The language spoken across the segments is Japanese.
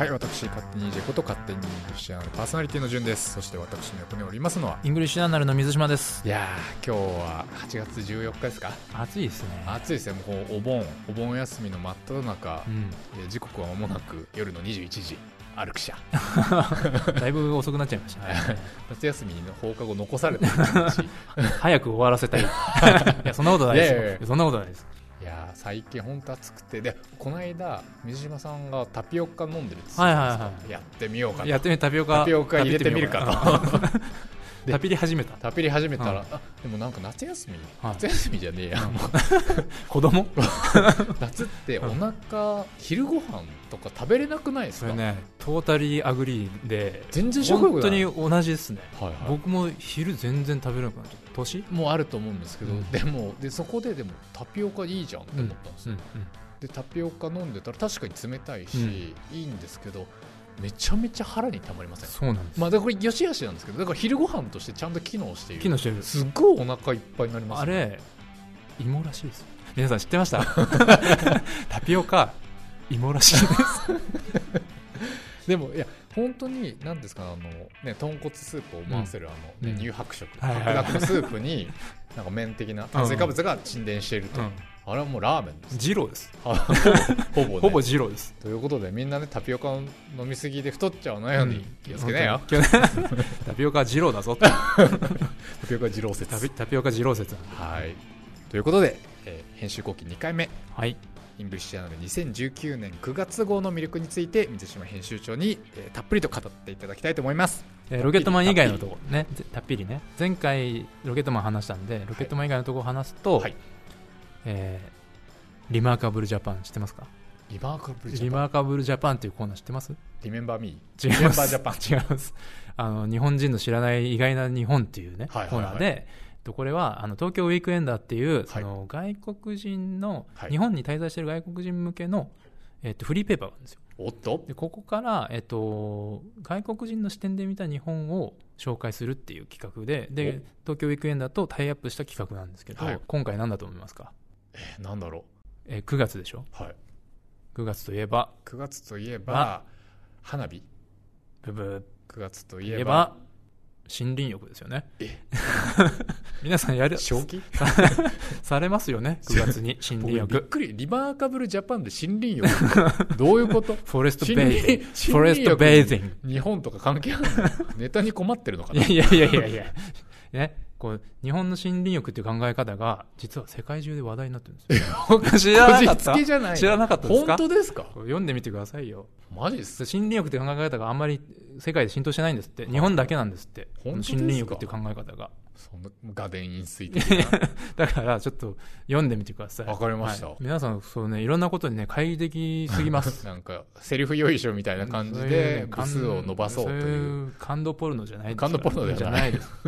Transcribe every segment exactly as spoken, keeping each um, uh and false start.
はい、私勝手に イージェー こと勝手にイングリッシュアナルパーソナリティの順です。そして私の横におりますのはイングリッシュアナルの水島です。 いやー、今日ははちがつじゅうよっかですか。 暑いですね。 暑いですね。もうお盆お盆休みの真っ只中、 うん、 時刻は間もなく夜のにじゅういちじ、歩くしゃだいぶ遅くなっちゃいましたね夏休みの放課後残されてる感じ早く終わらせたいいや、そんなことないですよ。いやいやいや、そんなことないです。 いや最近本当暑くて、でこの間水島さんがタピオカ飲んでるんですよ。 はいはいはい、 やってみようかと。 やってみタピオカタピオカ入れてみるかとタピり始めたタピり始めたら、うん、あでもなんか夏休み、はい、夏休みじゃねえや、うん、 子供夏ってお腹、うん、昼ご飯とか食べれなくないですか。 それね、トータリーアグリーで全然食欲ない。 本当に同じですね、 はいはい、 僕も昼全然食べれなくなっちゃった。年もあると思うんですけど、うん、でもでそこででもタピオカいいじゃんって思ったんですよ、うんうんうん、でタピオカ飲んでたら確かに冷たいし、うん、いいんですけどめちゃめちゃ腹にたまりません。 そうなんです。 まあ、だからこれよしあしなんですけど、だから昼ご飯としてちゃんと機能している。 機能してる。 すっごいお腹いっぱいになります、ね、 あれ芋らしいです。皆さん知ってましたタピオカ芋らしいですでもいや本当に何ですか、あのね、豚骨スープを思わせる、うん、あのね、乳白色、白濁のスープになんか麺的な炭水化物が沈殿していると、うんうん、あれはもうラーメンです。 二郎ですほぼ、ね、 ほぼ二郎です。 ということでみんなね、タピオカ飲みすぎで太っちゃわないように気をつけなよ、 うん、タピオカは二郎だぞタピオカ二郎説。 タピ、タピオカ二郎説なんで、 はい、ということで、えー、編集後期にかいめ、 はい、 イングリッシュアナルにせんじゅうきゅうねんくがつ号の魅力について水島編集長に、えー、たっぷりと語っていただきたいと思います。 えー、ロケットマン以外のところね、たっぷりね、前回ロケットマン話したんでロケットマン以外のところを話すと、はい、えー、リマーカブルジャパン知ってますか。 リマーカブルジャパン、 リマーカブルジャパンっていうコーナー知ってます。 リメンバーミー。違います。リメンバージャパン違います。あの日本人の知らない意外な日本っていうね、はいはいはい、コーナーで、これはあの東京ウィークエンダーっていう、その外国人の、はい、日本に滞在している外国人向けの、えっと、フリーペーパーがあるんですよ。 おっと。 でここから、えっと、外国人の視点で見た日本を紹介するっていう企画で、で東京ウィークエンダーとタイアップした企画なんですけど、はい、今回何だと思いますか。 えー、なんだろう。 えー、くがつでしょ、はい、くがつといえばくがつといえば花火。 ブブくがつといえば森林浴ですよね。 え皆さんやる正気されますよね、くがつに森林浴。 びっくり。リマーカブルジャパンで森林浴どういうこと。 フォレストベイゼング。フォレストベイゼング。 日本とか関係あるの。ネタに困ってるのかな。 いやいやいやいやね、こう日本の森林浴っていう考え方が実は世界中で話題になってるんですよ。知らなかった。 知ら知らなかったですか。 本当ですか。 読んでみてくださいよ。 マジです。 森林浴っていう考え方があんまり世界で浸透してないんですって。日本だけなんですって。森林浴っていう考え方が。 そのガデン飲水的なだからちょっと読んでみてください。 わかりました、はい、 皆さんそう、ね、いろんなことにね快適すぎますなんかセリフよいしょみたいな感じで部数を伸ばそうという、そういう感動ポルノじゃないです。 感動ポルノじゃないです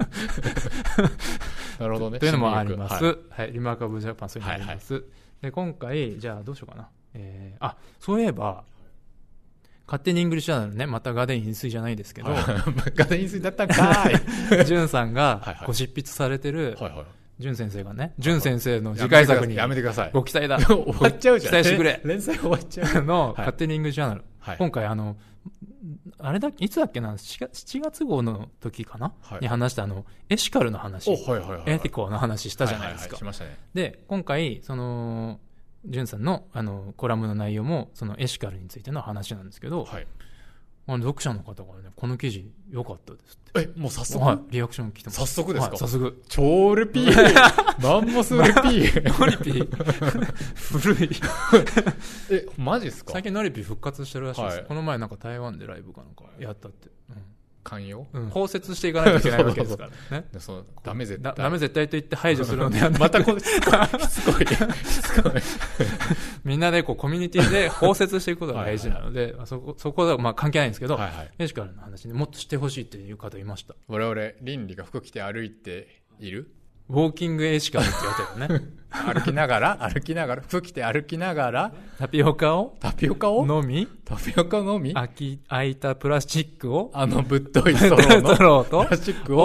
なるほどね。 というのもあります、はいはい、リマーカブルジャパンそういうのあります、はいはい、で今回じゃあどうしようかな、えー、あそういえば勝手にイングリッシュアナルね、またガデン飲水じゃないですけどガデン飲水だったんかいジュンさんがご執筆されてる、はいはい、ジュン先生がね、ジュン先生の次回作にやめてください。 ご期待だ終わっちゃうじゃん。 期待してくれ。 連載終わっちゃうの勝手にイングリッシュアナル、はい、今回あのあれだいつだっけな、しちがつ号の時かな、はい、に話したあのエシカルの話、 はいはいはいはい、 エティコの話したじゃないですか。 はいはいはい、しましたね。 で今回そのジュンさんのあのコラムの内容もそのエシカルについての話なんですけど、はい、あの読者の方がね、この記事良かったですって。 え、もう早速、 はい、リアクション来てます。 早速ですか。 はい、早速。 超ルピーマンモスルピーノリピー古いえ、マジですか。 最近ノリピー復活してるらしいです、 はい、 この前なんか台湾でライブかなんかやったって、うん、 寛容、 うん、包摂していかないといけないわけですからね。 そうそうダメ絶対ダメ絶対と言って排除するのではなくまたこのしつこいしつこいしつこいみんなでこうコミュニティで包摂していくことが大事なのではい、はい、そこそこはまあ関係ないんですけど、はいはい、エシカルの話にもっとしてほしいっていう方いました。 我々倫理が服着て歩いているウォーキングエシカルって言われてるよね歩きながら歩きながら服着て歩きながらタピオカをタピオカを飲みタピオカ飲み空き空いたプラスチックをあのぶっといストローのストローとプラスチックを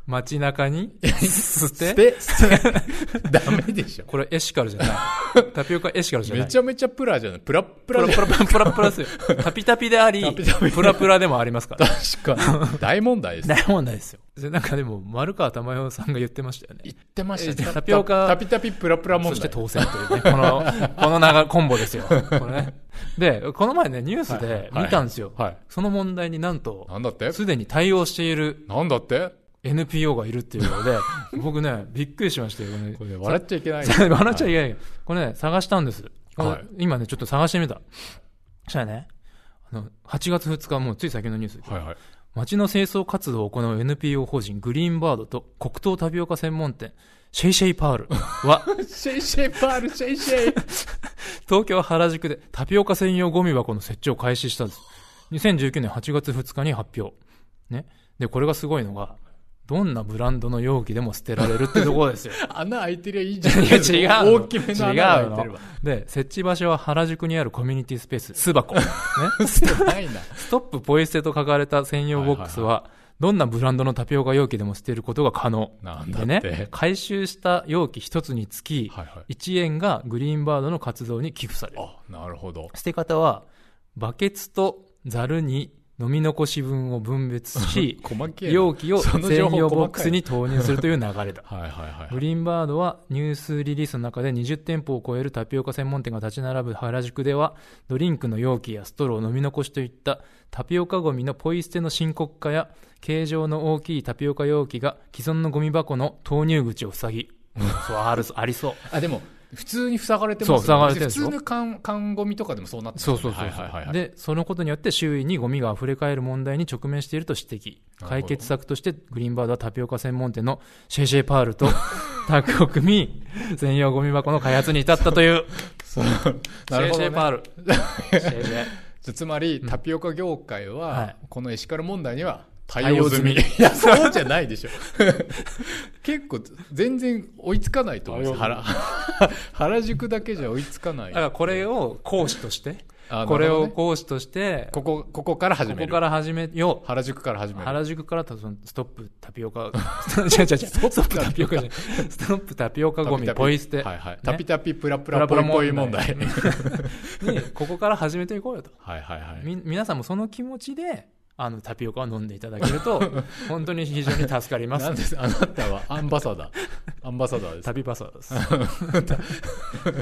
街中に捨て捨て捨てダメでしょ。 これエシカルじゃない。タピオカエシカルじゃない。 めちゃめちゃプラじゃない。プラプラプラプラプラプラプラですよ。タピタピであり、 タピタピプラプラでもありますから。 確かに。大問題です。 大問題ですよ。なんかでも、丸川珠代さんが言ってましたよね。 言ってましたね。 タピオカ。 タピタピプラプラ問題。 そして当選というね。この、この長コンボですよ。これね。で、この前ね、ニュースで見たんですよ。 はいはいはい、 その問題になんと、 なんだってすでに対応している。 なんだってエヌピーオー がいるっていうので、僕ね、びっくりしましたよね。 これ笑っちゃいけない。 笑っちゃいけない。これね、探したんです。はい、今ね、ちょっと探してみた。そしたらね、あの、はちがつふつか、もうつい先のニュースです。はいはい。街の清掃活動を行う エヌピーオー 法人グリーンバードと黒糖タピオカ専門店シェイシェイパールはシェイシェイパールシェイシェイ東京原宿でタピオカ専用ゴミ箱の設置を開始したんです。にせんじゅうきゅうねんはちがつふつかに発表ね。でこれがすごいのが、どんなブランドの容器でも捨てられるってところですよ。 穴開いてりゃいいじゃん。いや違う。大きめの穴開いてれば。 で、設置場所は原宿にあるコミュニティスペース、巣箱。ね。 捨てないな。 ストップポイ捨てと書かれた専用ボックスは、はいはいはい、どんなブランドのタピオカ容器でも捨てることが可能。 なんだって。でね、 回収した容器一つにつき、はいはい、いちえんがグリーンバードの活動に寄付される。 あ、なるほど。 捨て方は、バケツとザルに飲み残し分を分別し、容器を専用ボックスに投入するという流れだ。はいはいはい、グリーンバードはニュースリリースの中でにじゅってんぽを超えるタピオカ専門店が立ち並ぶ原宿では、ドリンクの容器やストロー、飲み残しといったタピオカゴミのポイ捨ての深刻化や、形状の大きいタピオカ容器が既存のゴミ箱の投入口を塞ぎ、そうあるありそう。 あ、でも普通に塞がれてますよね。 そう、塞がれてるんですよ。 普通の缶、缶ゴミとかでもそうなってますよね。そうそうそうそう、はいはいはい。で、そのことによって周囲にゴミが溢れ返る問題に直面していると指摘。解決策としてグリーンバードはタピオカ専門店のシェイシェイパールとタッグを組み、専用ゴミ箱の開発に至ったという。そう。なるほどね、シェイシェイパール。シェイシェイ。 つまり、タピオカ業界は、はい、このエシカル問題には、対応済み。いや、そうじゃないでしょ。結構、全然追いつかないと思うんです。原、原宿だけじゃ追いつかない。 だからこれを講師として、これを講師として、 ここ、ここから始める。 ここから始めよう。 原宿から始める。 原宿からストップタピオカ、違う違う違う、ストップタピオカじゃない。ストップタピオカゴミ、ポイ捨て。 はいはい。タピタピプラプラポイポイ問題。 に、ここから始めていこうよと。 はいはいはい。 み、皆さんもその気持ちで、あのタピオカを飲んでいただけると本当に非常に助かります。 なんです、あなたはアンバサダーアンバサダーです。 タピバサダーです。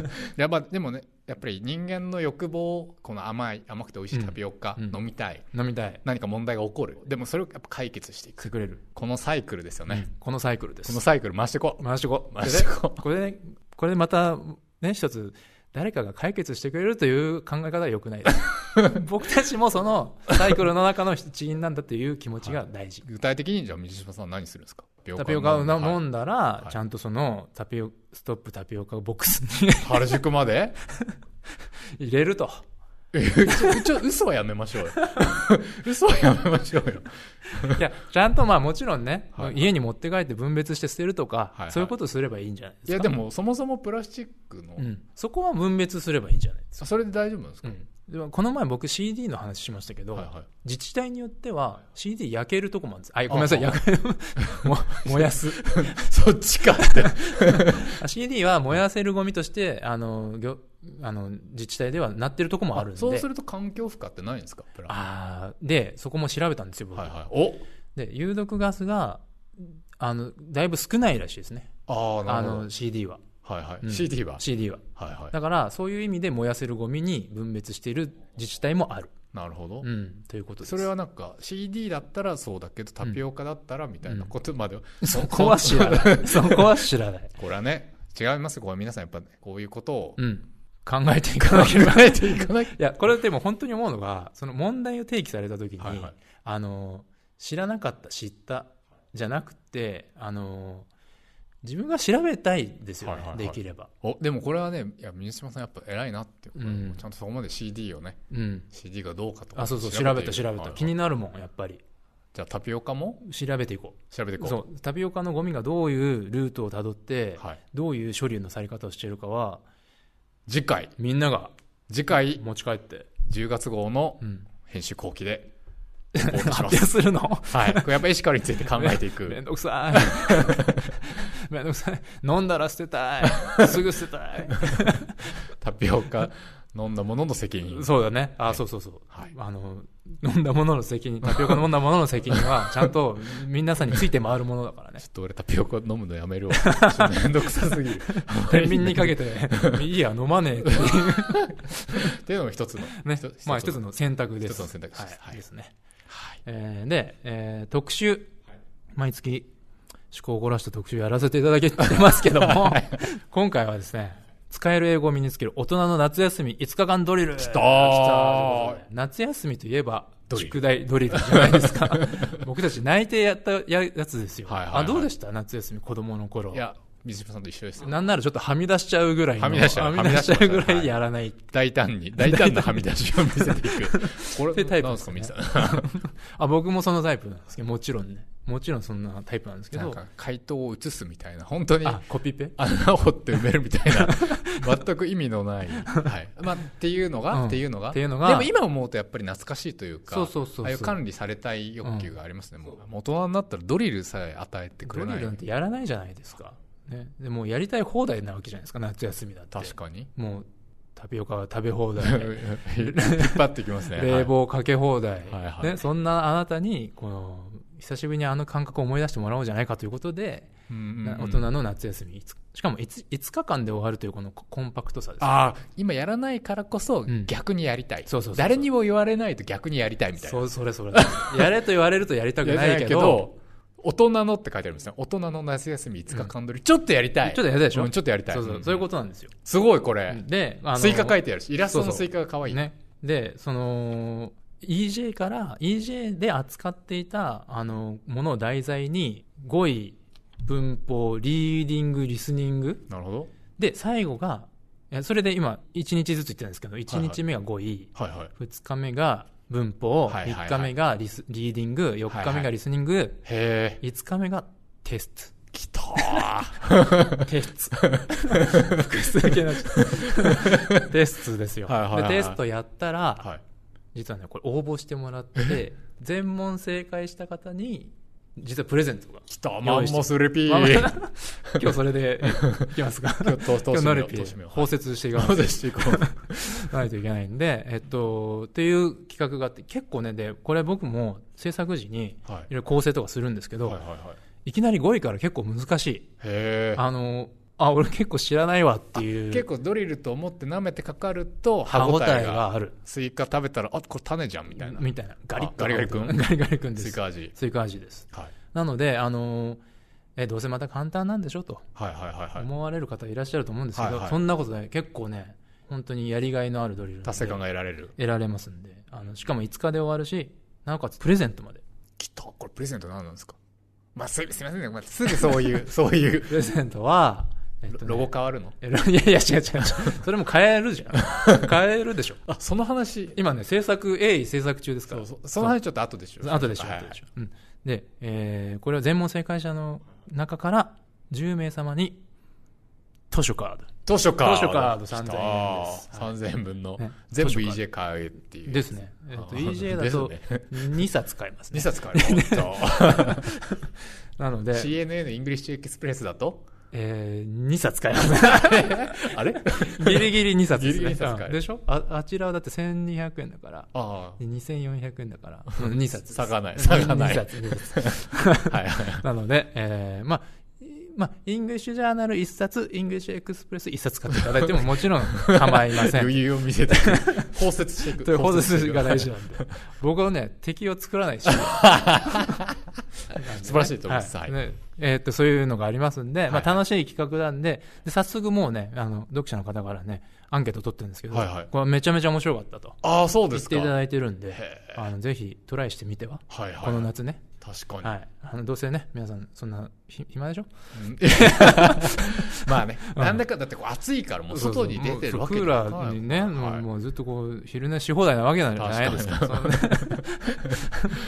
いや、まあでもね、やっぱり人間の欲望、この甘い甘くて美味しいタピオカ、うん、飲みたい飲みたい、 何か問題が起こる。でもそれをやっぱ解決していく。 くれる。 このサイクルですよね。 うん、このサイクルです。 このサイクル回していこう。 回していこう。 回していこう。 これで、これでまたね、一つ。誰かが解決してくれるという考え方は良くないです。僕たちもそのサイクルの中の一員なんだという気持ちが大事。 はい、具体的にじゃあ水島さんは何するんですか？ タピオカを飲んだら、はい、ちゃんとそのタピオストップタピオカボックスに原宿まで入れると。 ちょ嘘はやめましょうよ。嘘はやめましょうよ。 いや、ちゃんとまあもちろんね、はいはい、家に持って帰って分別して捨てるとか、はいはい、そういうことすればいいんじゃないですか。 いやでもそもそもプラスチックの、 うん、そこは分別すればいいんじゃないですか。 それで大丈夫なんですか？うん、 でもこの前僕 シーディー の話しましたけど、はいはい、自治体によっては シーディー 焼けるとこもあるんです。あ、ごめんなさい、焼けるも燃やすそっちかって。 シーディー は燃やせるゴミとしてあのあの自治体ではなってるとこもあるんで。 そうすると環境負荷ってないんですか？プラあでそこも調べたんですよ僕、 はいはい、おで有毒ガスがあのだいぶ少ないらしいですね。 ああのシーディー は、 はいはい、 うん、 シーディー はシーディー は、はいはい、だからそういう意味で燃やせるゴミに分別している自治体もある。 なるほど、 うん、ということです。 それはなんか シーディー だったらそうだけどタピオカだったらみたいなことまでは、 うん、そこは知らないそこは知らない。 これはね違いますよ。これ皆さんやっぱ、ね、こういうことを、 うん、考えていかなきゃいけない。 考えていかなきゃいやこれでも本当に思うのがその問題を提起された時に、 はいはい、 あの知らなかった知ったじゃなくてあの自分が調べたいですよね、はいはいはい、できれば。 おでもこれはねいや水島さんやっぱ偉いなっていう、うん、ちゃんとそこまで シーディー をね、うん、シーディー がどうかとかあそうそう調べた調べた、はいはい、気になるもんやっぱり。 じゃあタピオカも調べていこう。 調べていこう。 そうタピオカのゴミがどういうルートをたどって、はい、どういう処理のされ方をしているかは次回みんなが次回持ち帰ってじゅうがつ号の編集後期で発表するのはい。これやっぱエシカルについて考えていく。 めんどくさい。めんどくさい。飲んだら捨てたい。すぐ捨てたい。 タピオカ飲んだものの責任。 そうだね。あ、はい、そうそうそう。はい、あの、飲んだものの責任、タピオカ飲んだものの責任は、ちゃんと皆さんについて回るものだからね。 ちょっと俺タピオカ飲むのやめるわ。ちょっとめんどくさすぎる。 天秤にかけて、いいや、飲まねえっていう。 っていうのも一つの。 ね。まあ一つの選択です。 一つの選択肢です。 はい。ですね。はい。えー、で、えー、特集。毎月、趣向を凝らした特集やらせていただけてますけども、今回はですね、使える英語を身につける大人の夏休みいつかかんドリル。 きたー。 夏休みといえば、宿題ドリルじゃないですか。僕たち内定やったやつですよ。はいはいはい、あ、どうでした夏休み子供の頃。 いや、水島さんと一緒ですよ。 なんならちょっとはみ出しちゃうぐらいの。 はみ出しちゃう。 はみ出しちゃうぐらいやらない。はい、 大胆に、大胆なはみ出しを見せていく。 これ、タイプですか、見てたあ、僕もそのタイプなんですけど、もちろんね。もちろんそんなタイプなんですけど。なんか回答を移すみたいな、本当に。 あ、コピペ穴を掘って埋めるみたいな。全く意味のない。はい。まあ、っていうのが、うん、っていうのが。 っていうのが。 でも今思うとやっぱり懐かしいというか、 そうそうそうそう。 ああいう管理されたい欲求がありますね。うん、もう大人になったらドリルさえ与えてくれない。 ドリルなんてやらないじゃないですか。ね、でもやりたい放題なわけじゃないですか夏休みだって確かにもうタピオカは食べ放題引っ張ってきますね冷房かけ放題、 はいはいね、そんなあなたにこの久しぶりにあの感覚を思い出してもらおうじゃないかということで、うんうんうん、大人の夏休みしかも 5, いつかかんで終わるというこのコンパクトさです、ね、 あ今やらないからこそ逆にやりたい、うん、そうそうそうそう誰にも言われないと逆にやりたいみたいなそうそれそれやれと言われるとやりたくないけど大人のって書いてあるんですね。大人の夏休みいつかかんどり、うん、ちょっとやりたい。 ちょっとやりたいでしょ、 うん、ちょっとやりたい。 そうそう、うん、そういうことなんですよ。 すごいこれ。 で、 あのスイカ書いてあるし、イラストのスイカが可愛い。 ね。で、その、イージェー から、イージェー で扱っていた、あの、ものを題材に、語彙、文法、リーディング、リスニング。 なるほど。 で、最後が、それで今、いちにちずつ言ってるんですけど、いちにちめが語彙、はいはい、ふつかめが、文法、はいはいはい、みっかめがリスリーディング、よっかめがリスニング、はいはい、へいつかめがテスト。 きたーテスト。複数形になっちゃう。テストですよ、はいはいはい。で、テストやったら、はい、実はね、これ応募してもらって、全問正解した方に、実はプレゼントが。 きたマンモスレピー。 今日それでいきますか。 今日、今日のレピー。包摂していかないと。包摂していこう。ないといけないんで、えっと、っていう企画があって、結構ね、で、これ僕も制作時に、いろいろ構成とかするんですけど、はいはいはいはい、いきなりごいから結構難しい。 へー。 あの、あ、俺結構知らないわっていう。 結構ドリルと思って舐めてかかると、 歯応えがある。 スイカ食べたら、あ、これ種じゃんみたいな。 みたいな。ガリッガリガリ君ガリガリ君です。 スイカ味。 スイカ味です。 はい。 なので、あのー、え、どうせまた簡単なんでしょと、 はいはいはいはい、 思われる方いらっしゃると思うんですけど、はいはい、そんなことで結構ね、本当にやりがいのあるドリルで達成感が得られる。 得られますんで、あの、しかもいつかで終わるし、なおかつプレゼントまで。 きっと、これプレゼント何なんですか？まあ、す, すいませんね、まあ、すぐそういう、そういう。 プレゼントは、 えっとね、ロゴ変わるの？ いやいや違う違う違う。それも変えるじゃん。変えるでしょ。 あ、その話。 今ね、制作、鋭意制作中ですから。 そうそう。その話ちょっと後でしょ。 後でしょ。後でしょ。うん。で、えー、これは全問正解者の中からじゅうめい様に図書カード。 図書カード。 図書カードさんぜんえんです。 さんぜんえんぶんの、ね、全部 イージェー 買えっていう。 ですね。えっと、イージェー だとにさつ買えますね。 にさつ買える。 なので。 シーエヌエヌ イングリッシュエクスプレスだとえー、にさつ買えます。 あれギリギリにさつですね。 ギリギリにさつ買える。 でしょ あ, あちらはだってせんにひゃくえんだから。 あにせんよんひゃくえんだから。にさつ。 差がない。差がない。 にさつ。はいはい。なので、えー、まあ、まあ、イングリッシュジャーナルいっさつ、イングリッシュエクスプレスいっさつ買っていただいてももちろん構いません。 余裕を見せて、包摂していく。 包摂が大事なんで。僕はね、敵を作らないし。 素晴らしいと思います。はい。 ね、えー、っと、そういうのがありますんで、まあ、楽しい企画なんで、で早速もうね、あの、読者の方からね、アンケート取ってるんですけど、はいはい、これめちゃめちゃ面白かったと。 ああ、そうですか。 言っていただいてるんで、あの、ぜひトライしてみては。はいはい。この夏ね。 確かに。 はい。あの、どうせね、皆さん、そんな、ひ、暇でしょ、うん、 まあね、なんだか、だってこう暑いからもう外に出てるわけだから。クーラーにね、はい、もうずっとこう、昼寝し放題なわけなんじゃないですか。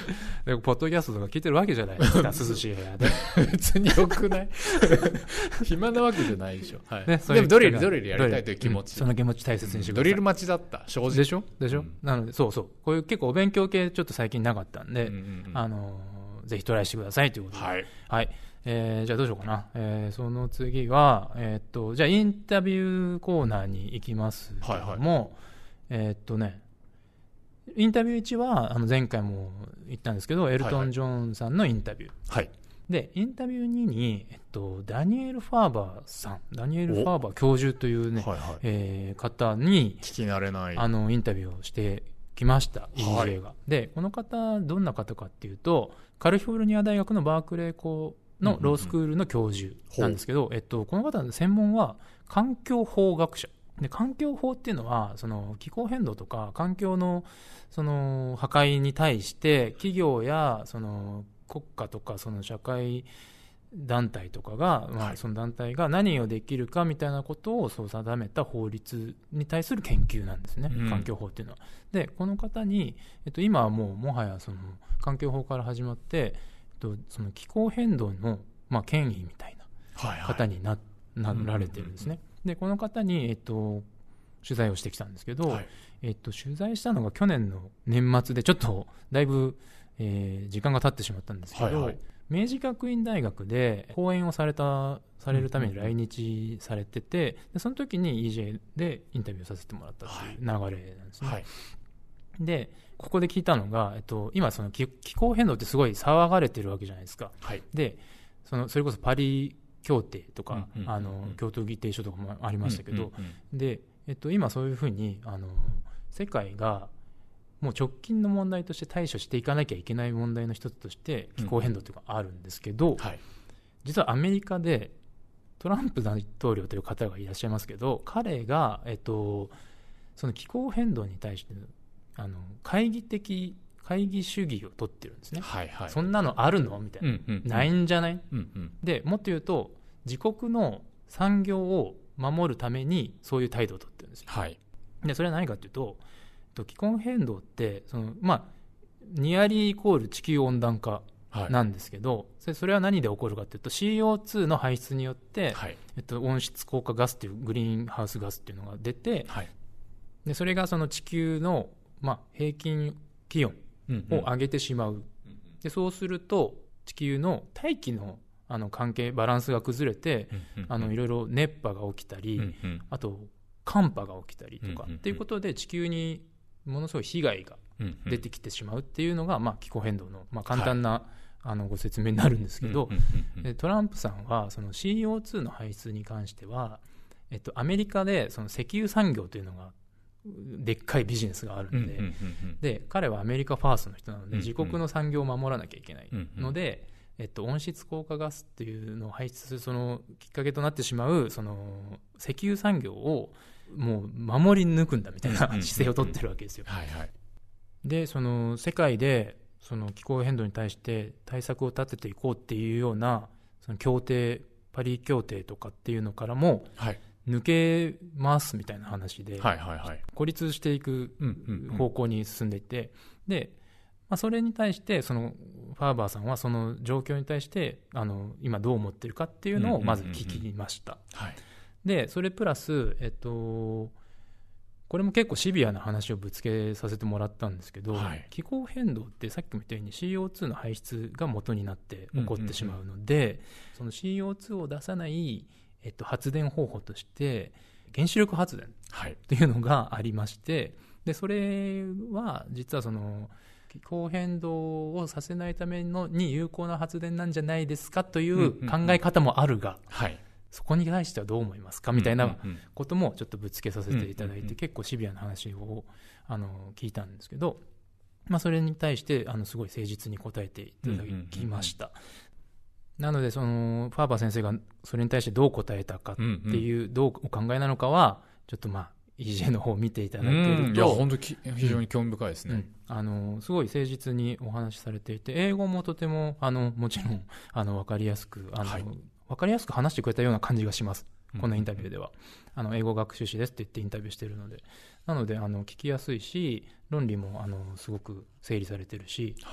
でポッドキャストとか聞いてるわけじゃないですか涼しい部屋で別によくない暇なわけじゃないでしょ、はい、 ね、 でもドリルドリルやりたいという気持ち、 うん、その気持ち大切にしてください、 ドリル待ちだった正直でしょでしょ、 うん、 なのでそうそうこういう結構お勉強系ちょっと最近なかったんで、うんうんうん、あのー、ぜひトライしてくださいということで、 はい、 はい、えー、じゃあどうしようかな、えー、その次は、えー、っとじゃあインタビューコーナーに行きますけども、はいはい、えー、っとねインタビューいちはあの前回も言ったんですけどエルトン・ジョンさんのインタビュー、 はいはい、 でインタビューにに、えっと、ダニエル・ファーバーさんダニエル・ファーバー教授というね、はいはい、えー、方に聞き慣れないあのインタビューをしてきました、イージェー が、はい、でこの方どんな方かっていうとカリフォルニア大学のバークレー校のロースクールの教授なんですけど、うんうんうん、えっと、この方の専門は環境法学者で環境法っていうのはその気候変動とか環境のその破壊に対して企業やその国家とかその社会団体とかが、まあ、その団体が何をできるかみたいなことをそう定めた法律に対する研究なんですね、うん、環境法っていうのは。でこの方に、えっと、今はもうもはやその環境法から始まって、えっと、その気候変動の、まあ、権威みたいな方に な,、はいはい、なられてるんですね、うんうんうん、でこの方に、えっと、取材をしてきたんですけど、はい、えっと、取材したのが去年の年末でちょっとだいぶ、えー、時間が経ってしまったんですけど、はいはい、明治学院大学で講演をされたされるために来日されてて、でその時に イージェー でインタビューさせてもらったっていう流れなんですね、はい、でここで聞いたのが、えっと、今その 気, 気候変動ってすごい騒がれてるわけじゃないですか、はい、で そ, のそれこそパリ協定とか、うんうんうんうん、あの京都議定書とかもありましたけど、うんうんうん、で、えっと、今そういうふうにあの世界がもう直近の問題として対処していかなきゃいけない問題の一つとして気候変動というのがあるんですけど、うんはい、実はアメリカでトランプ大統領という方がいらっしゃいますけど、彼が、えっと、その気候変動に対してあの懐疑的懐疑主義を取ってるんですね、はいはい、そんなのあるのみたいな、うんうんうん、ないんじゃない、うんうん、でもっと言うと自国の産業を守るためにそういう態度を取ってるんですよ、はい、でそれは何かというと気候変動ってその、まあ、ニアリーイコール地球温暖化なんですけど、はい、それ、それは何で起こるかというと シーオーツー の排出によって、はいえっと、温室効果ガスというグリーンハウスガスっていうのが出て、はい、でそれがその地球の、まあ、平均気温を上げてしまう、うんうん、でそうすると地球の大気のあの関係バランスが崩れて、うんうん、あのいろいろ熱波が起きたり、うんうん、あと寒波が起きたりとか、うんうんうん、っていうことで地球にものすごい被害が出てきてしまうっていうのが、まあ、気候変動の、まあ、簡単な、はい、あのご説明になるんですけど、うんうんうん、でトランプさんはその シーオーツー の排出に関しては、えっと、アメリカでその石油産業というのがでっかいビジネスがあるので、うんうんうんうん、で彼はアメリカファーストの人なので自国の産業を守らなきゃいけないので、うんうんえっと、温室効果ガスっていうのを排出するそのきっかけとなってしまうその石油産業をもう守り抜くんだみたいな姿勢を取ってるわけですよ。でその世界でその気候変動に対して対策を立てていこうっていうようなその協定パリ協定とかっていうのからも抜けますみたいな話で孤立していく方向に進んでいて、でまあ、それに対してそのファーバーさんはその状況に対してあの今どう思ってるかっていうのをまず聞きました、うんうんうんうん、でそれプラス、えっと、これも結構シビアな話をぶつけさせてもらったんですけど、はい、気候変動ってさっきも言ったように シーオーツー の排出が元になって起こってしまうので、うんうんうん、その シーオーツー を出さない、えっと、発電方法として原子力発電っていうのがありまして、はい、でそれは実はその気候変動をさせないためのに有効な発電なんじゃないですかという考え方もあるが、うんうんうんはい、そこに対してはどう思いますかみたいなこともちょっとぶつけさせていただいて、うんうんうん、結構シビアな話をあの聞いたんですけど、まあ、それに対してあのすごい誠実に答えていただきました、うんうんうんうん、なのでそのファーバー先生がそれに対してどう答えたかっていう、うんうん、どうお考えなのかはちょっとまあイージェー の方を見ていただけると、うん、いや本当に非常に興味深いですね、 うん、あのすごい誠実にお話しされていて英語もとてもあのもちろんあの分かりやすくあの、はい、分かりやすく話してくれたような感じがします、うん、このインタビューではあの英語学習士ですって言ってインタビューしているので、なのであの聞きやすいし論理もあのすごく整理されてるし、はい、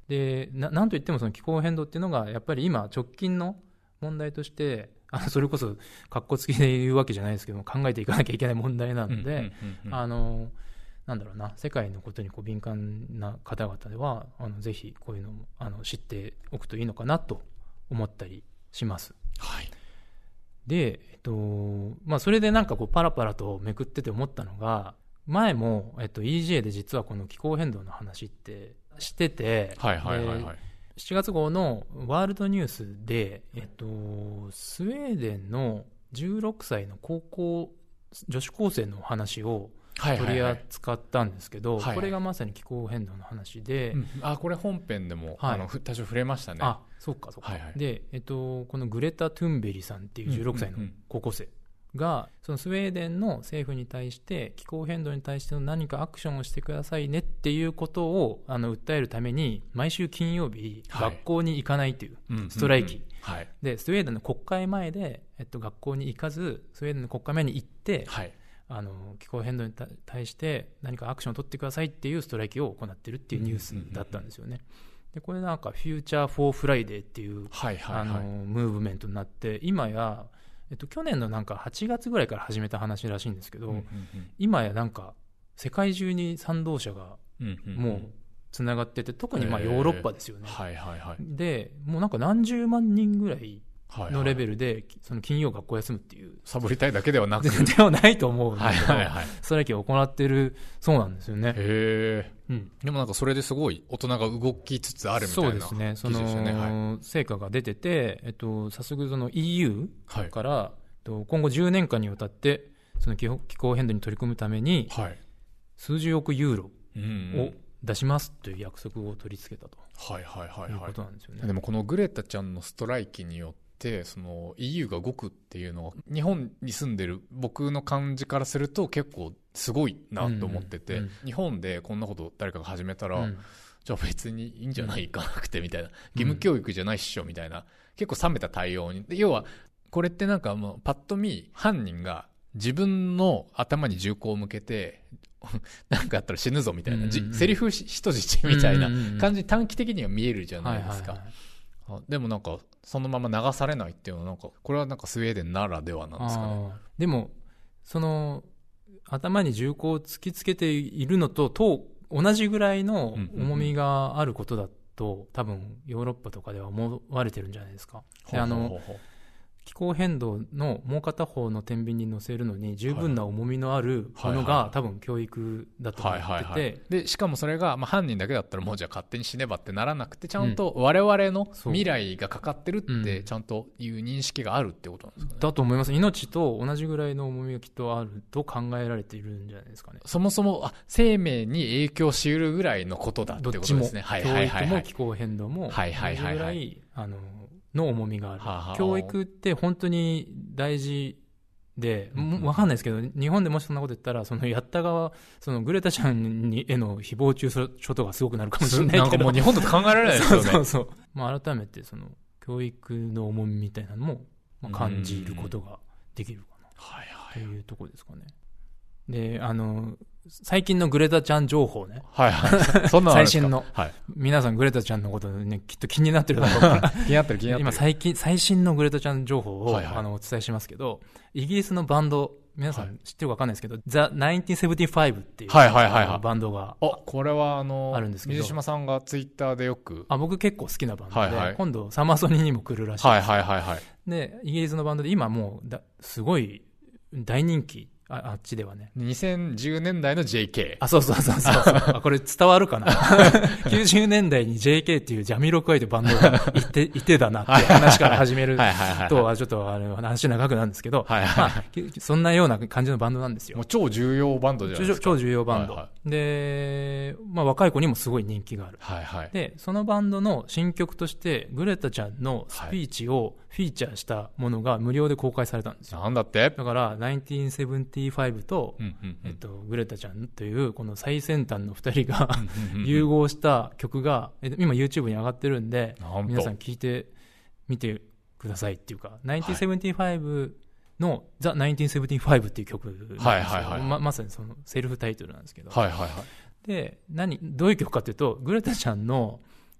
で な, なんといってもその気候変動っていうのがやっぱり今直近の問題としてあのそれこそかっこつきで言うわけじゃないですけども考えていかなきゃいけない問題なので、あのなんだろうな世界のことにこう敏感な方々ではあのぜひこういうのもあの知っておくといいのかなと思ったりします。 はい、 で、えっとまあ、それでなんかこうパラパラとめくってて思ったのが前も、えっと、イージェー で実はこの気候変動の話ってしてて、 はいはいはいはい、 しちがつ号のワールドニュースで、えっと、スウェーデンのじゅうろくさいの高校女子高生の話を取り扱ったんですけど、はいはいはい、これがまさに気候変動の話で、 うん、あこれ本編でも、はい、あの多少触れましたね。 あそうかそうか、はいはい、で、えっと、このグレタ・トゥンベリさんっていうじゅうろくさいの高校生がそのスウェーデンの政府に対して気候変動に対しての何かアクションをしてくださいねっていうことをあの訴えるために毎週金曜日、はい、学校に行かないというストライキ、うんうんうんはい、でスウェーデンの国会前で、えっと、学校に行かずスウェーデンの国会前に行って、はい、あの気候変動に対して何かアクションを取ってくださいっていうストライキを行っているっていうニュースだったんですよね。でこれなんかフューチャー・フォー・フライデーっていう、はいはいはい、あのムーブメントになって今やえっと、去年のなんかはちがつぐらいから始めた話らしいんですけど、うんうんうん、今やなんか世界中に賛同者がもうつながってて、特にまあヨーロッパですよね、はいはいはい、でもうなんか何十万人ぐらいのレベルでその金曜学校休むっていうサボりたいだけではなくではないと思うんだけど、はいはいはい、ストライキを行っているそうなんですよね。 へー、うん、でもなんかそれですごい大人が動きつつあるみたいな、 そうですね、その成果が出てて、えっと、早速その イーユー から、はい、今後じゅうねんかんにわたってその気候変動に取り組むために数十億ユーロを出しますという約束を取り付けたということなんですよね。 でもこのグレタちゃんのストライキによってその イーユー が動くっていうのは日本に住んでる僕の感じからすると結構すごいなと思ってて、うんうん、日本でこんなこと誰かが始めたら、うん、じゃあ別にいいんじゃないかなくてみたいな、義務教育じゃないっしょみたいな、結構冷めた対応に、要はこれってなんかもうパッと見犯人が自分の頭に銃口を向けてなんかあったら死ぬぞみたいな、うんうん、セリフ人質みたいな感じに短期的には見えるじゃないですか、はいはいはい、でもなんかそのまま流されないっていうのはなんかこれはなんかスウェーデンならではなんですかね。 でもその頭に銃口を突きつけているのとと同じぐらいの重みがあることだと、うんうんうん、多分ヨーロッパとかでは思われてるんじゃないですか。であのほうほうほう気候変動のもう片方の天秤に乗せるのに十分な重みのあるものが多分教育だと思ってて、 でしかもそれが、まあ、犯人だけだったらもうじゃあ勝手に死ねばってならなくて、ちゃんと我々の未来がかかってるってちゃんという認識があるってことなんですかね。 だと思います。命と同じぐらいの重みがきっとあると考えられているんじゃないですかね。 そもそもあ生命に影響しうるぐらいのことだってことですね。どっちも、 はいはいはいはい、教育も気候変動も同じぐらいあのの重みがある、はあはあ、教育って本当に大事で、分かんないですけど、日本でもしそんなこと言ったらそのやった側、そのグレタちゃんにへの誹謗中傷とかすごくなるかもしれないけど、 なんかもう日本と考えられないですよね。 そうそうそう、まあ、改めてその教育の重みみたいなのもまあ感じることができるかな、はいはい、というところですかね。で、あの最近のグレタちゃん情報ね。 はいはい。そんなのあるんですか。 最新の、はい。皆さんグレタちゃんのことね、きっと気になってるだろうから。 気になってる気になってる。 今最近、最新のグレタちゃん情報を、はいはい、あの、お伝えしますけど、イギリスのバンド、皆さん知ってるか分かんないですけど、はい、ザ・ナインティーンセブンティーファイブ っていう、はいはいはいはい、バンドが。 あ、これはあの、 あるんですけど。 水島さんがツイッターでよく。 あ、僕結構好きなバンドで、はいはい、今度サマソニにも来るらしいです。はいはいはいはい。で、イギリスのバンドで今もうだ、すごい大人気。あ, あっちではねにせんじゅうねんだいの ジェイケー。 あ、そうそうそうそうあ、これ伝わるかなきゅうじゅうねんだいに ジェイケー っていうジャミロクワイというバンドがいていてだなって話から始めるとはちょっとあの話長くなるんですけど、はいはいはい、まあ、そんなような感じのバンドなんですよ。 もう超重要バンドじゃないですか。 超重要バンド、はいはい、で、まあ、若い子にもすごい人気がある、はいはい、でそのバンドの新曲としてグレタちゃんのスピーチをフィーチャーしたものが無料で公開されたんですよ。 なんだって。 だからナインティーンセブンティーファイブと、うんうんうん、えっと、グレタちゃんというこの最先端のふたりが融合した曲が今 YouTube に上がってるんで、皆さん聴いてみてくださいっていうか、ナインティーンセブンティーファイブのザ・ナインティーンセブンティーファイブっていう曲なんですよ、はいはいはい、ま, まさにそのセルフタイトルなんですけど、はいはいはい、で何どういう曲かというと、グレタちゃんの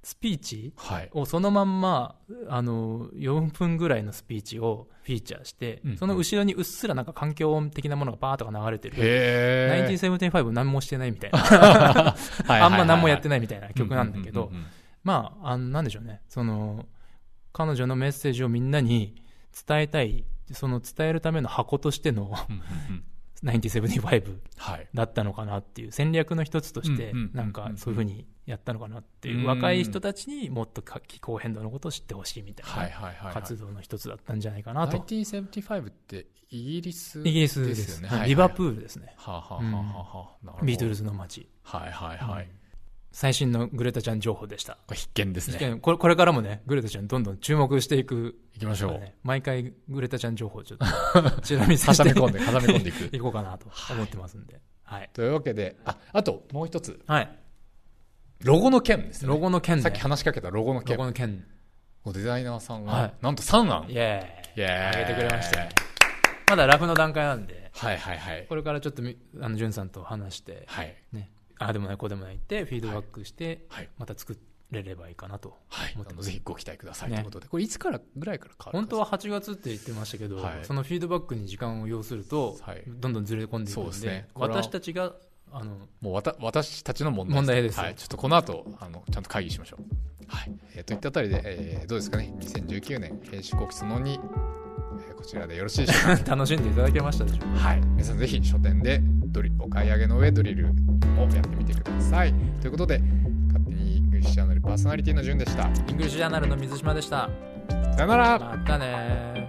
スピーチをそのまんまあのよんぷんぐらいのスピーチをフィーチャーして、うんうん、その後ろにうっすらなんか環境音的なものがバーとか流れてるへナインティーンセブンティーファイブ何もしてないみたいなあんま何もやってないみたいな曲なんだけど、まあ、あのなんでしょうね、その彼女のメッセージをみんなに伝えたい、その伝えるための箱としてのナインティーンセブンティーファイブだったのかなっていう、戦略の一つとしてなんかそういうふうにやったのかなっていう、若い人たちにもっと気候変動のことを知ってほしいみたいな活動の一つだったんじゃないかなと。 ナインティーンセブンティーファイブってイギリスイギリスですよね。リバプールですね。ビートルズの街。 はいはいはい。 最新のグレタちゃん情報でした。 これ必見ですね。 これ、これからもね、グレタちゃんどんどん注目していく。 いきましょう。 ね、毎回グレタちゃん情報をちょっと、ちら見せて。 挟み込んで、挟み込んでいく。 いこうかなと思ってますんで。はい。はい、 というわけで、あ、あともう一つ。 はい。 ロゴの件ですね。 ロゴの件ね。 さっき話しかけたロゴの件。 ロゴの件。 デザイナーさんが、はい、なんとさんあん。 イェーイ。 イェーイ。 あげてくれましたよ。まだラフの段階なんで。 はいはいはい。 これからちょっと、あの、ジュンさんと話して、 はい。 ね。ああでもないこうでもないってフィードバックして、はい、また作れればいいかなと思ってます。 はい、ぜひご期待くださいということで、ね、これいつからぐらいから変わるんですか？ 本当ははちがつって言ってましたけど、はい、そのフィードバックに時間を要すると、はい、どんどんずれ込んでいくの で, で、ね、私たちがあのもうわた私たちの問題です。 問題です、 はい、ちょっとこの後あのちゃんと会議しましょう。はい、えー、といったあたりで、えー、どうですかね、にせんじゅうきゅうねん編集後期そのに、えー、こちらでよろしいでしょうか？ 楽しんでいただけましたでしょうか？ はい、皆さんぜひ書店でドリお買い上げの上ドリルをやってみてください。ということで、勝手にイングリッシュジャーナルパーソナリティの順でした。 イングリッシュジャーナルの水島でした。 さよなら。 またね。